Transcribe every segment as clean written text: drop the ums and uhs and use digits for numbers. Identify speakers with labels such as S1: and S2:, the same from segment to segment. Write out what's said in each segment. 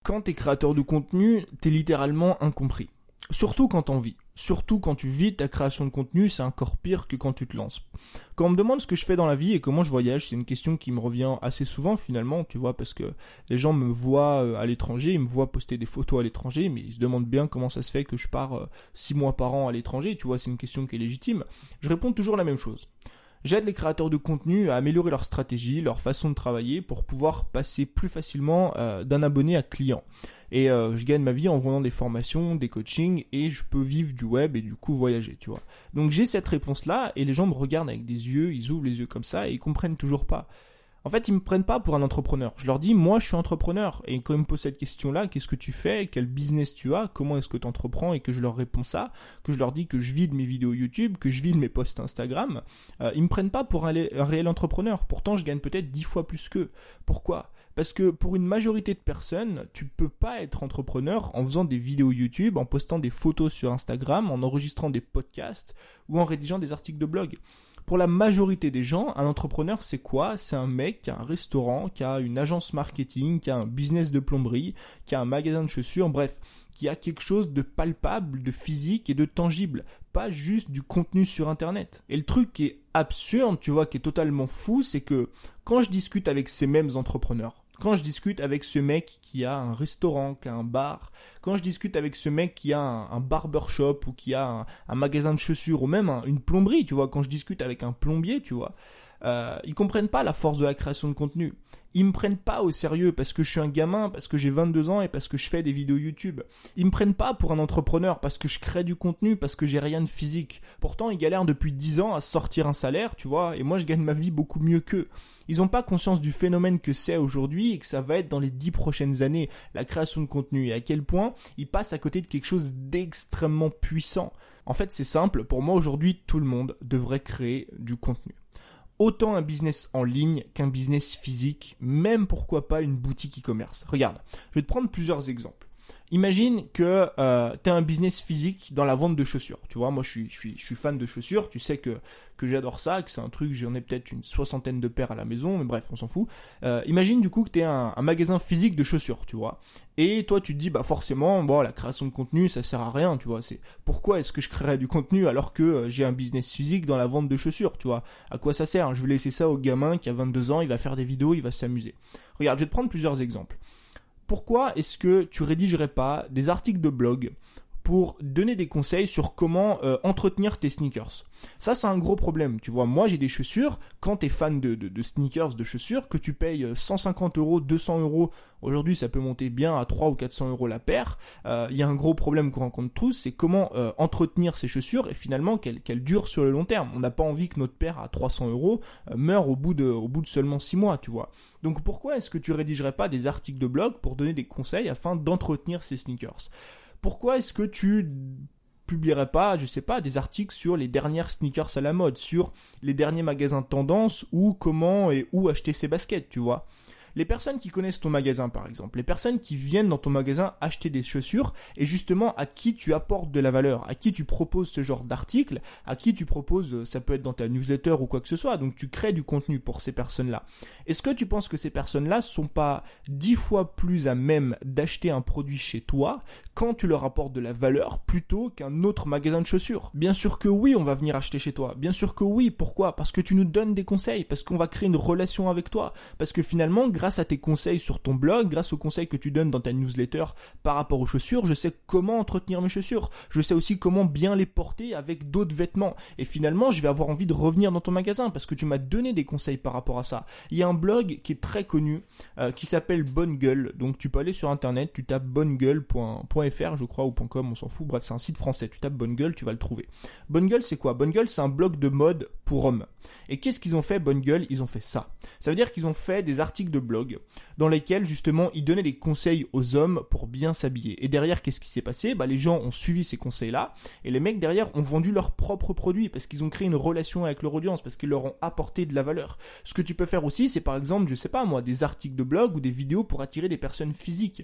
S1: Quand t'es créateur de contenu, t'es littéralement incompris. Surtout quand t'en vis. Surtout quand tu vis ta création de contenu, c'est encore pire que quand tu te lances. Quand on me demande ce que je fais dans la vie et comment je voyage, c'est une question qui me revient assez souvent finalement, tu vois, parce que les gens me voient à l'étranger, ils me voient poster des photos à l'étranger, mais ils se demandent bien comment ça se fait que je pars 6 mois par an à l'étranger, tu vois, c'est une question qui est légitime. Je réponds toujours la même chose. J'aide les créateurs de contenu à améliorer leur stratégie, leur façon de travailler pour pouvoir passer plus facilement d'un abonné à client. Et je gagne ma vie en vendant des formations, des coachings et je peux vivre du web et du coup voyager, tu vois. Donc j'ai cette réponse-là et les gens me regardent avec des yeux, ils ouvrent les yeux comme ça et ils comprennent toujours pas. En fait, ils me prennent pas pour un entrepreneur. Je leur dis, moi, je suis entrepreneur. Et quand ils me posent cette question-là, qu'est-ce que tu fais? Quel business tu as? Comment est-ce que tu entreprends? Et que je leur réponds ça, que je leur dis que je vis de mes vidéos YouTube, que je vis de mes posts Instagram, ils me prennent pas pour un réel entrepreneur. Pourtant, je gagne peut-être 10 fois plus qu'eux. Pourquoi? Parce que pour une majorité de personnes, tu peux pas être entrepreneur en faisant des vidéos YouTube, en postant des photos sur Instagram, en enregistrant des podcasts ou en rédigeant des articles de blog. Pour la majorité des gens, un entrepreneur, c'est quoi? C'est un mec qui a un restaurant, qui a une agence marketing, qui a un business de plomberie, qui a un magasin de chaussures, bref, qui a quelque chose de palpable, de physique et de tangible, pas juste du contenu sur Internet. Et le truc qui est absurde, tu vois, qui est totalement fou, c'est que quand je discute avec ces mêmes entrepreneurs, quand je discute avec ce mec qui a un restaurant, qui a un bar, quand je discute avec ce mec qui a un barbershop ou qui a un magasin de chaussures ou même une plomberie, tu vois, quand je discute avec un plombier, tu vois, ils comprennent pas la force de la création de contenu. Ils me prennent pas au sérieux parce que je suis un gamin, parce que j'ai 22 ans et parce que je fais des vidéos YouTube. Ils me prennent pas pour un entrepreneur parce que je crée du contenu, parce que j'ai rien de physique. Pourtant, ils galèrent depuis 10 ans à sortir un salaire, tu vois, et moi je gagne ma vie beaucoup mieux qu'eux. Ils ont pas conscience du phénomène que c'est aujourd'hui et que ça va être dans les 10 prochaines années, la création de contenu, et à quel point ils passent à côté de quelque chose d'extrêmement puissant. En fait, c'est simple, pour moi aujourd'hui, tout le monde devrait créer du contenu. Autant un business en ligne qu'un business physique, même pourquoi pas une boutique e-commerce. Regarde, je vais te prendre plusieurs exemples. Imagine que tu as un business physique dans la vente de chaussures. Tu vois, moi je suis fan de chaussures, tu sais que j'adore ça, que c'est un truc, j'en ai peut-être une 60aine de paires à la maison, mais bref, on s'en fout. Imagine du coup que tu es un magasin physique de chaussures, tu vois. Et toi tu te dis, bah forcément, bon, la création de contenu, ça sert à rien, tu vois. C'est pourquoi est-ce que je créerais du contenu alors que j'ai un business physique dans la vente de chaussures, tu vois. À quoi ça sert? Je vais laisser ça au gamin qui a 22 ans, il va faire des vidéos, il va s'amuser. Regarde, je vais te prendre plusieurs exemples. Pourquoi est-ce que tu rédigerais pas des articles de blog pour donner des conseils sur comment entretenir tes sneakers? Ça, c'est un gros problème. Tu vois, moi, j'ai des chaussures. Quand tu es fan de sneakers, de chaussures, que tu payes 150 €, 200 €, aujourd'hui, ça peut monter bien à 300 ou 400 € la paire. Il y a un gros problème qu'on rencontre tous, c'est comment entretenir ces chaussures et finalement qu'elles durent sur le long terme. On n'a pas envie que notre paire à 300 € meure au bout de seulement 6 mois, tu vois. Donc, pourquoi est-ce que tu rédigerais pas des articles de blog pour donner des conseils afin d'entretenir ces sneakers? Pourquoi est-ce que tu publierais pas, je sais pas, des articles sur les dernières sneakers à la mode, sur les derniers magasins de tendance ou comment et où acheter ses baskets, tu vois? Les personnes qui connaissent ton magasin, par exemple, les personnes qui viennent dans ton magasin acheter des chaussures et justement à qui tu apportes de la valeur, à qui tu proposes ce genre d'article, à qui tu proposes, ça peut être dans ta newsletter ou quoi que ce soit, donc tu crées du contenu pour ces personnes-là. Est-ce que tu penses que ces personnes-là sont pas 10 fois plus à même d'acheter un produit chez toi quand tu leur apportes de la valeur plutôt qu'un autre magasin de chaussures? Bien sûr que oui, on va venir acheter chez toi. Bien sûr que oui. Pourquoi? Parce que tu nous donnes des conseils, parce qu'on va créer une relation avec toi, parce que finalement, grâce à tes conseils sur ton blog, grâce aux conseils que tu donnes dans ta newsletter par rapport aux chaussures, je sais comment entretenir mes chaussures. Je sais aussi comment bien les porter avec d'autres vêtements. Et finalement, je vais avoir envie de revenir dans ton magasin parce que tu m'as donné des conseils par rapport à ça. Il y a un blog qui est très connu, qui s'appelle Bonne Gueule. Donc tu peux aller sur internet, tu tapes bonnegueule.fr je crois ou .com, on s'en fout. Bref, c'est un site français. Tu tapes Bonne Gueule, tu vas le trouver. Bonne Gueule, c'est quoi? Bonne Gueule, c'est un blog de mode pour hommes. Et qu'est-ce qu'ils ont fait, Bonne Gueule? Ils ont fait ça. Ça veut dire qu'ils ont fait des articles de blog dans lesquels justement ils donnaient des conseils aux hommes pour bien s'habiller. Et derrière, qu'est-ce qui s'est passé? Les gens ont suivi ces conseils-là et les mecs derrière ont vendu leurs propres produits parce qu'ils ont créé une relation avec leur audience, parce qu'ils leur ont apporté de la valeur. Ce que tu peux faire aussi, c'est par exemple, je sais pas moi, des articles de blog ou des vidéos pour attirer des personnes physiques.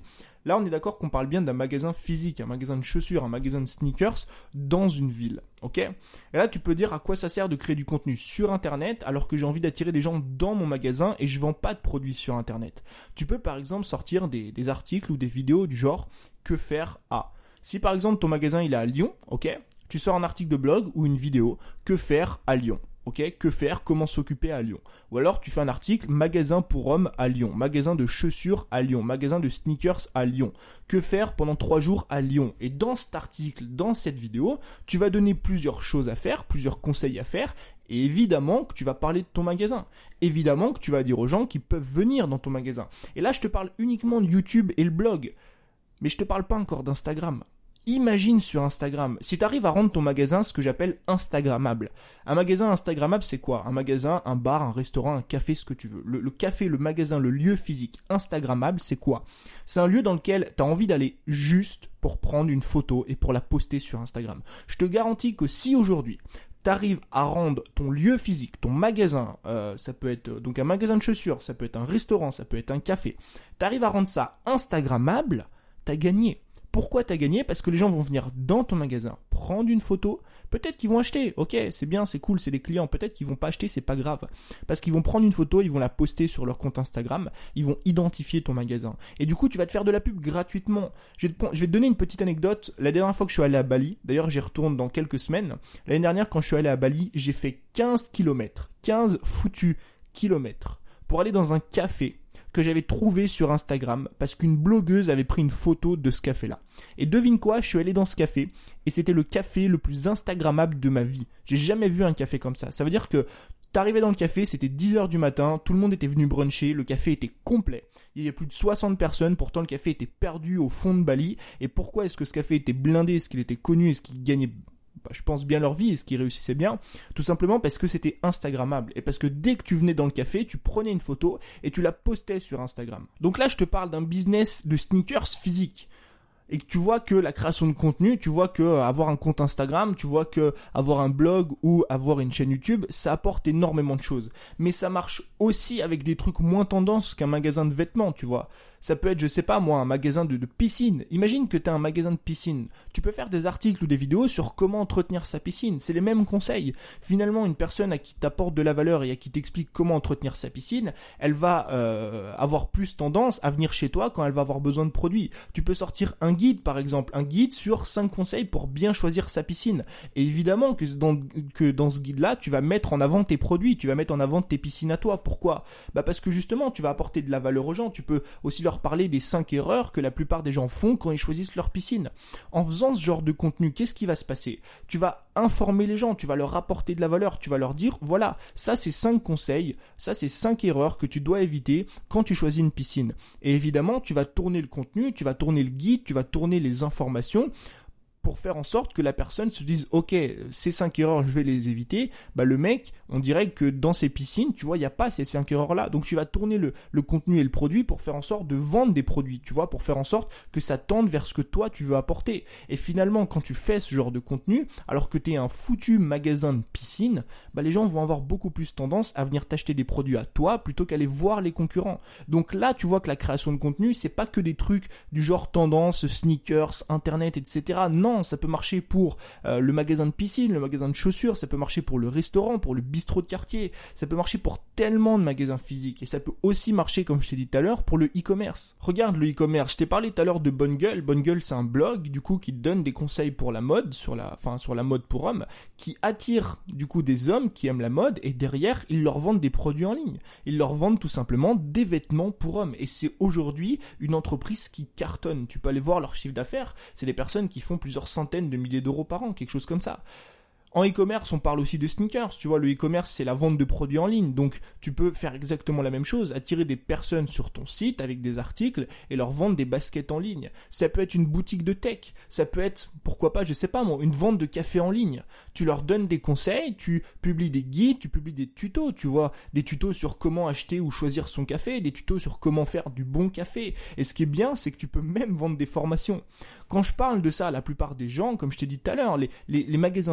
S1: Là, on est d'accord qu'on parle bien d'un magasin physique, un magasin de chaussures, un magasin de sneakers dans une ville, ok ? Et là, tu peux dire à quoi ça sert de créer du contenu sur Internet alors que j'ai envie d'attirer des gens dans mon magasin et je vends pas de produits sur Internet. Tu peux par exemple sortir des articles ou des vidéos du genre « Que faire à ». Si par exemple ton magasin il est à Lyon, ok ? Tu sors un article de blog ou une vidéo « Que faire à Lyon ». Ok, que faire, comment s'occuper à Lyon. Ou alors tu fais un article magasin pour hommes à Lyon, magasin de chaussures à Lyon, magasin de sneakers à Lyon. Que faire pendant 3 jours à Lyon. Et dans cet article, dans cette vidéo, tu vas donner plusieurs choses à faire, plusieurs conseils à faire. Et évidemment que tu vas parler de ton magasin. Évidemment que tu vas dire aux gens qui peuvent venir dans ton magasin. Et là, je te parle uniquement de YouTube et le blog. Mais je te parle pas encore d'Instagram. Imagine sur Instagram, si tu arrives à rendre ton magasin ce que j'appelle Instagrammable. Un magasin Instagrammable, c'est quoi ? Un magasin, un bar, un restaurant, un café, ce que tu veux. Le café, le magasin, le lieu physique Instagrammable, c'est quoi ? C'est un lieu dans lequel tu as envie d'aller juste pour prendre une photo et pour la poster sur Instagram. Je te garantis que si aujourd'hui, t'arrives à rendre ton lieu physique, ton magasin, ça peut être donc un magasin de chaussures, ça peut être un restaurant, ça peut être un café, t'arrives à rendre ça Instagrammable, t'as gagné. Pourquoi t'as gagné ? Parce que les gens vont venir dans ton magasin, prendre une photo, peut-être qu'ils vont acheter, ok, c'est bien, c'est cool, c'est des clients, peut-être qu'ils vont pas acheter, c'est pas grave. Parce qu'ils vont prendre une photo, ils vont la poster sur leur compte Instagram, ils vont identifier ton magasin. Et du coup, tu vas te faire de la pub gratuitement. Je vais te donner une petite anecdote. La dernière fois que je suis allé à Bali, d'ailleurs j'y retourne dans quelques semaines, l'année dernière quand je suis allé à Bali, j'ai fait 15 km, 15 foutus kilomètres pour aller dans un café que j'avais trouvé sur Instagram parce qu'une blogueuse avait pris une photo de ce café-là. Et devine quoi, je suis allé dans ce café et c'était le café le plus Instagrammable de ma vie. J'ai jamais vu un café comme ça. Ça veut dire que t'arrivais dans le café, c'était 10h du matin, tout le monde était venu bruncher, le café était complet. Il y avait plus de 60 personnes, pourtant le café était perdu au fond de Bali. Et pourquoi est-ce que ce café était blindé, est-ce qu'il était connu, est-ce qu'il gagnait je pense bien leur vie et ce qui réussissait bien, tout simplement parce que c'était Instagrammable et parce que dès que tu venais dans le café, tu prenais une photo et tu la postais sur Instagram. Donc là, je te parle d'un business de sneakers physique. Et que tu vois que la création de contenu, tu vois que avoir un compte Instagram, tu vois que avoir un blog ou avoir une chaîne YouTube, ça apporte énormément de choses. Mais ça marche aussi avec des trucs moins tendance qu'un magasin de vêtements, tu vois. Ça peut être, je sais pas moi, un magasin de piscine. Imagine que tu as un magasin de piscine. Tu peux faire des articles ou des vidéos sur comment entretenir sa piscine. C'est les mêmes conseils. Finalement, une personne à qui t'apporte de la valeur et à qui t'explique comment entretenir sa piscine, elle va avoir plus tendance à venir chez toi quand elle va avoir besoin de produits. Tu peux sortir un guide, par exemple, un guide sur 5 conseils pour bien choisir sa piscine. Et évidemment que dans ce guide-là, tu vas mettre en avant tes produits, tu vas mettre en avant tes piscines à toi. Pourquoi ? Parce que justement, tu vas apporter de la valeur aux gens. Tu peux aussi leur parler des 5 erreurs que la plupart des gens font quand ils choisissent leur piscine. En faisant ce genre de contenu, qu'est-ce qui va se passer ? Tu vas informer les gens, tu vas leur apporter de la valeur, tu vas leur dire, voilà, ça c'est 5 conseils, ça c'est 5 erreurs que tu dois éviter quand tu choisis une piscine. Et évidemment, tu vas tourner le contenu, tu vas tourner le guide, tu vas tourner les informations pour faire en sorte que la personne se dise ok, ces 5 erreurs je vais les éviter. Le mec, on dirait que dans ces piscines, tu vois, il n'y a pas ces 5 erreurs là, donc tu vas tourner le contenu et le produit pour faire en sorte de vendre des produits, tu vois, pour faire en sorte que ça tende vers ce que toi tu veux apporter. Et finalement, quand tu fais ce genre de contenu, alors que tu es un foutu magasin de piscine, les gens vont avoir beaucoup plus tendance à venir t'acheter des produits à toi plutôt qu'aller voir les concurrents. Donc là, tu vois que la création de contenu, c'est pas que des trucs du genre tendance, sneakers, internet, etc. Non, ça peut marcher pour le magasin de piscine, le magasin de chaussures, ça peut marcher pour le restaurant, pour le bistrot de quartier, ça peut marcher pour tellement de magasins physiques et ça peut aussi marcher, comme je t'ai dit tout à l'heure, pour le e-commerce. Regarde le e-commerce, je t'ai parlé tout à l'heure de Bonne Gueule. Bonne Gueule, c'est un blog du coup qui donne des conseils pour la mode, sur la mode pour hommes, qui attire du coup des hommes qui aiment la mode et derrière ils leur vendent des produits en ligne. Ils leur vendent tout simplement des vêtements pour hommes et c'est aujourd'hui une entreprise qui cartonne. Tu peux aller voir leur chiffre d'affaires, c'est des personnes qui font plusieurs centaines de milliers d'euros par an, quelque chose comme ça. En e-commerce, on parle aussi de sneakers. Tu vois, le e-commerce, c'est la vente de produits en ligne. Donc, tu peux faire exactement la même chose, attirer des personnes sur ton site avec des articles et leur vendre des baskets en ligne. Ça peut être une boutique de tech. Ça peut être, pourquoi pas, je sais pas moi, une vente de café en ligne. Tu leur donnes des conseils, tu publies des guides, tu publies des tutos, tu vois, des tutos sur comment acheter ou choisir son café, des tutos sur comment faire du bon café. Et ce qui est bien, c'est que tu peux même vendre des formations. Quand je parle de ça, la plupart des gens, comme je t'ai dit tout à l'heure, les magasins physiques,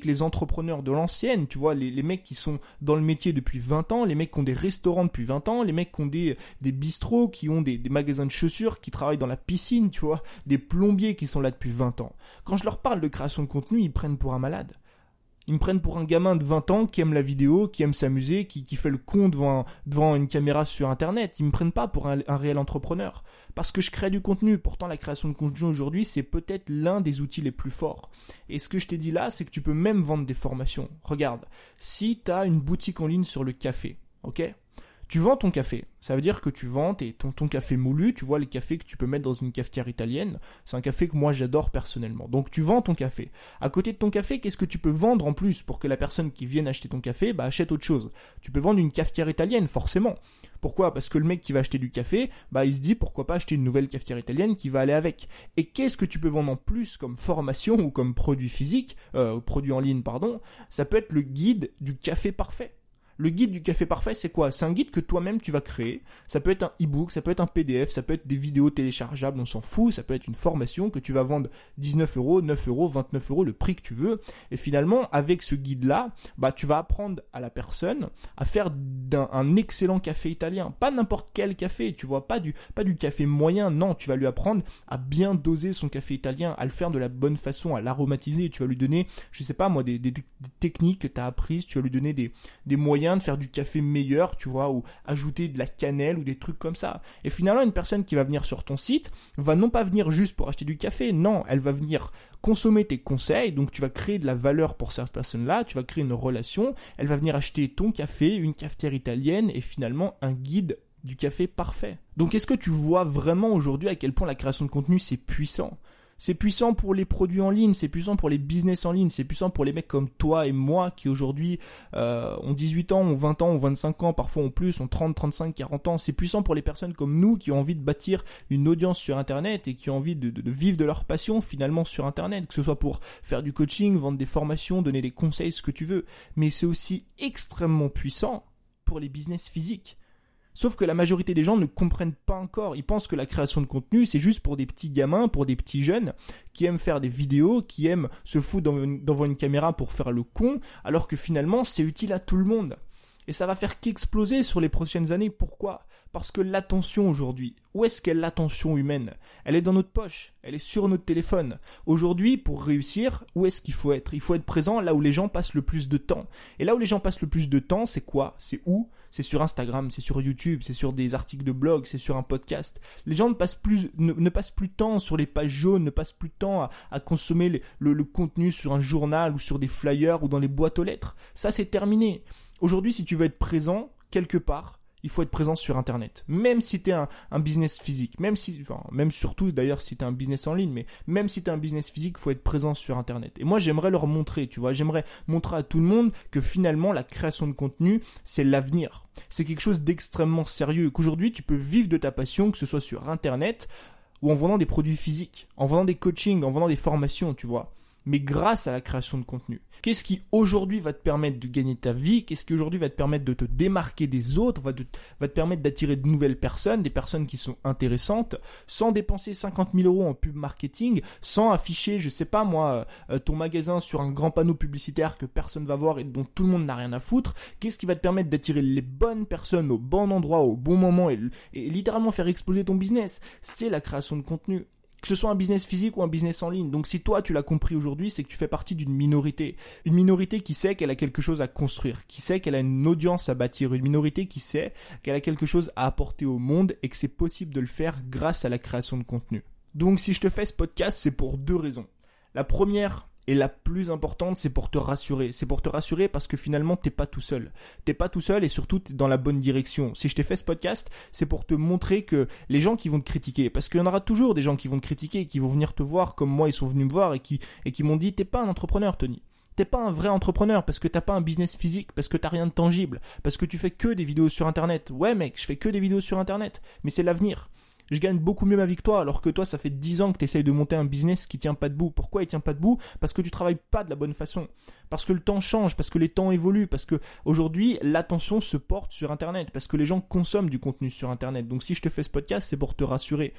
S1: que les entrepreneurs de l'ancienne, tu vois, les mecs qui sont dans le métier depuis 20 ans, les mecs qui ont des restaurants depuis 20 ans, les mecs qui ont des bistrots, qui ont des magasins de chaussures, qui travaillent dans la piscine, tu vois, des plombiers qui sont là depuis 20 ans. Quand je leur parle de création de contenu, ils me prennent pour un malade. Ils me prennent pour un gamin de 20 ans qui aime la vidéo, qui aime s'amuser, qui fait le con devant une caméra sur Internet. Ils me prennent pas pour un réel entrepreneur. Parce que je crée du contenu. Pourtant, la création de contenu aujourd'hui, c'est peut-être l'un des outils les plus forts. Et ce que je t'ai dit là, c'est que tu peux même vendre des formations. Regarde, si tu as une boutique en ligne sur le café, ok ? Tu vends ton café, ça veut dire que tu vends ton café moulu, tu vois les cafés que tu peux mettre dans une cafetière italienne, c'est un café que moi j'adore personnellement. Donc tu vends ton café. À côté de ton café, qu'est-ce que tu peux vendre en plus pour que la personne qui vienne acheter ton café achète autre chose ? Tu peux vendre une cafetière italienne, forcément. Pourquoi ? Parce que le mec qui va acheter du café, il se dit pourquoi pas acheter une nouvelle cafetière italienne qui va aller avec. Et qu'est-ce que tu peux vendre en plus comme formation ou comme produit physique, produit en ligne, pardon ? Ça peut être le guide du café parfait. Le guide du café parfait, c'est quoi ? C'est un guide que toi-même tu vas créer. Ça peut être un e-book, ça peut être un PDF, ça peut être des vidéos téléchargeables, on s'en fout. Ça peut être une formation que tu vas vendre 19 €, 9 €, 29 €, le prix que tu veux. Et finalement, avec ce guide-là, tu vas apprendre à la personne à faire un excellent café italien. Pas n'importe quel café, tu vois, pas du café moyen. Non, tu vas lui apprendre à bien doser son café italien, à le faire de la bonne façon, à l'aromatiser. Tu vas lui donner, je sais pas moi, des techniques que tu as apprises. Tu vas lui donner des moyens de faire du café meilleur, tu vois, ou ajouter de la cannelle ou des trucs comme ça. Et finalement, une personne qui va venir sur ton site va non pas venir juste pour acheter du café, non, elle va venir consommer tes conseils, donc tu vas créer de la valeur pour cette personne-là, tu vas créer une relation, elle va venir acheter ton café, une cafetière italienne et finalement un guide du café parfait. Donc est-ce que tu vois vraiment aujourd'hui à quel point la création de contenu c'est puissant ? C'est puissant pour les produits en ligne, c'est puissant pour les business en ligne, c'est puissant pour les mecs comme toi et moi qui aujourd'hui ont 18 ans, ont 20 ans, ont 25 ans, parfois ont plus, ont 30, 35, 40 ans. C'est puissant pour les personnes comme nous qui ont envie de bâtir une audience sur Internet et qui ont envie de vivre de leur passion finalement sur Internet, que ce soit pour faire du coaching, vendre des formations, donner des conseils, ce que tu veux. Mais c'est aussi extrêmement puissant pour les business physiques. Sauf que la majorité des gens ne comprennent pas encore. Ils pensent que la création de contenu, c'est juste pour des petits gamins, pour des petits jeunes qui aiment faire des vidéos, qui aiment se foutre devant une caméra pour faire le con, alors que finalement, c'est utile à tout le monde. Et ça va faire qu'exploser sur les prochaines années. Pourquoi ? Parce que l'attention aujourd'hui, où est-ce qu'est l'attention humaine ? Elle est dans notre poche, elle est sur notre téléphone. Aujourd'hui, pour réussir, où est-ce qu'il faut être ? Il faut être présent là où les gens passent le plus de temps. Et là où les gens passent le plus de temps, c'est quoi ? C'est où ? C'est sur Instagram, c'est sur YouTube, c'est sur des articles de blog, c'est sur un podcast. Les gens ne passent plus de temps sur les pages jaunes, ne passent plus de temps à consommer le contenu sur un journal ou sur des flyers ou dans les boîtes aux lettres. Ça, c'est terminé. Aujourd'hui, si tu veux être présent quelque part, il faut être présent sur Internet. Même si tu es un business physique, même surtout d'ailleurs si tu es un business en ligne, mais même si tu es un business physique, il faut être présent sur Internet. Et moi, j'aimerais leur montrer, tu vois, j'aimerais montrer à tout le monde que finalement, la création de contenu, c'est l'avenir. C'est quelque chose d'extrêmement sérieux, qu'aujourd'hui, tu peux vivre de ta passion, que ce soit sur Internet ou en vendant des produits physiques, en vendant des coachings, en vendant des formations, tu vois. Mais grâce à la création de contenu. Qu'est-ce qui aujourd'hui va te permettre de gagner ta vie ? Qu'est-ce qui aujourd'hui va te permettre de te démarquer des autres, va te permettre d'attirer de nouvelles personnes, des personnes qui sont intéressantes, sans dépenser 50 000 € en pub marketing, sans afficher, je sais pas moi, ton magasin sur un grand panneau publicitaire que personne va voir et dont tout le monde n'a rien à foutre ? Qu'est-ce qui va te permettre d'attirer les bonnes personnes au bon endroit, au bon moment et littéralement faire exploser ton business ? C'est la création de contenu. Que ce soit un business physique ou un business en ligne. Donc si toi tu l'as compris aujourd'hui, c'est que tu fais partie d'une minorité. Une minorité qui sait qu'elle a quelque chose à construire, qui sait qu'elle a une audience à bâtir, une minorité qui sait qu'elle a quelque chose à apporter au monde et que c'est possible de le faire grâce à la création de contenu. Donc si je te fais ce podcast, c'est pour 2 raisons. La première et la plus importante, c'est pour te rassurer. C'est pour te rassurer parce que finalement, t'es pas tout seul. T'es pas tout seul et surtout, t'es dans la bonne direction. Si je t'ai fait ce podcast, c'est pour te montrer que les gens qui vont te critiquer, parce qu'il y en aura toujours des gens qui vont te critiquer, qui vont venir te voir comme moi, ils sont venus me voir et qui m'ont dit, t'es pas un entrepreneur, Tony. T'es pas un vrai entrepreneur parce que t'as pas un business physique, parce que t'as rien de tangible, parce que tu fais que des vidéos sur Internet. Ouais mec, je fais que des vidéos sur Internet, mais c'est l'avenir. Je gagne beaucoup mieux ma vie que toi, alors que toi, ça fait 10 ans que tu essayes de monter un business qui tient pas debout. Pourquoi il tient pas debout ? Parce que tu travailles pas de la bonne façon. Parce que le temps change, parce que les temps évoluent, parce que aujourd'hui, l'attention se porte sur Internet, parce que les gens consomment du contenu sur Internet. Donc si je te fais ce podcast, c'est pour te rassurer.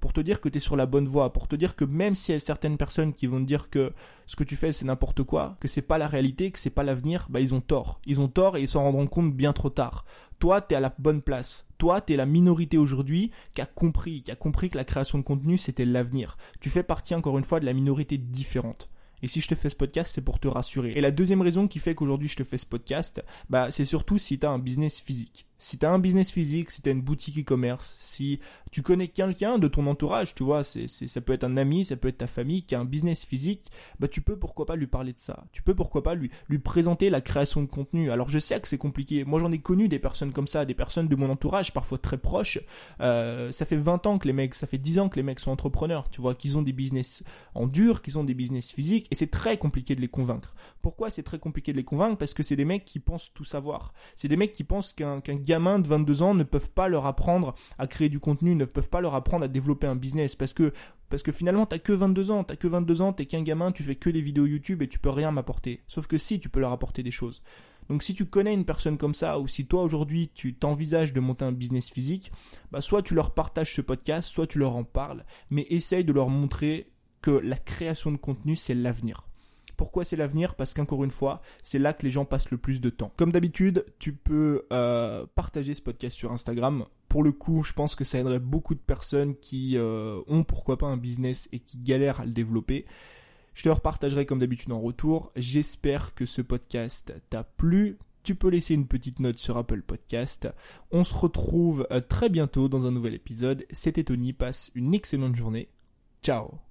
S1: pour te dire que tu es sur la bonne voie, pour te dire que même s'il y a certaines personnes qui vont te dire que ce que tu fais c'est n'importe quoi, que c'est pas la réalité, que c'est pas l'avenir, ils ont tort. Ils ont tort et ils s'en rendront compte bien trop tard. Toi, t'es à la bonne place. Toi, t'es la minorité aujourd'hui qui a compris que la création de contenu c'était l'avenir. Tu fais partie encore une fois de la minorité différente. Et si je te fais ce podcast, c'est pour te rassurer. Et la deuxième raison qui fait qu'aujourd'hui je te fais ce podcast, c'est surtout si tu as un business physique. Si tu as un business physique, si tu as une boutique e-commerce, si tu connais quelqu'un de ton entourage, tu vois, ça peut être un ami, ça peut être ta famille qui a un business physique, tu peux pourquoi pas lui parler de ça. Tu peux pourquoi pas lui présenter la création de contenu. Alors je sais que c'est compliqué. Moi j'en ai connu des personnes comme ça, des personnes de mon entourage, parfois très proches. Ça fait 20 ans que les mecs, ça fait 10 ans que les mecs sont entrepreneurs, tu vois, qu'ils ont des business en dur, qu'ils ont des business physiques, et c'est très compliqué de les convaincre. Pourquoi c'est très compliqué de les convaincre? Parce que c'est des mecs qui pensent tout savoir. C'est des mecs qui pensent qu'un gamin de 22 ans ne peuvent pas leur apprendre à créer du contenu, ne peuvent pas leur apprendre à développer un business parce que finalement t'as que 22 ans, t'es qu'un gamin, tu fais que des vidéos YouTube et tu peux rien m'apporter. Sauf que si, tu peux leur apporter des choses. Donc si tu connais une personne comme ça, ou si toi aujourd'hui tu t'envisages de monter un business physique, soit tu leur partages ce podcast, soit tu leur en parles, mais essaye de leur montrer que la création de contenu c'est l'avenir. Pourquoi c'est l'avenir? Parce qu'encore une fois, c'est là que les gens passent le plus de temps. Comme d'habitude, tu peux partager ce podcast sur Instagram. Pour le coup, je pense que ça aiderait beaucoup de personnes qui ont pourquoi pas un business et qui galèrent à le développer. Je te le repartagerai comme d'habitude en retour. J'espère que ce podcast t'a plu. Tu peux laisser une petite note sur Apple Podcast. On se retrouve très bientôt dans un nouvel épisode. C'était Tony, passe une excellente journée. Ciao.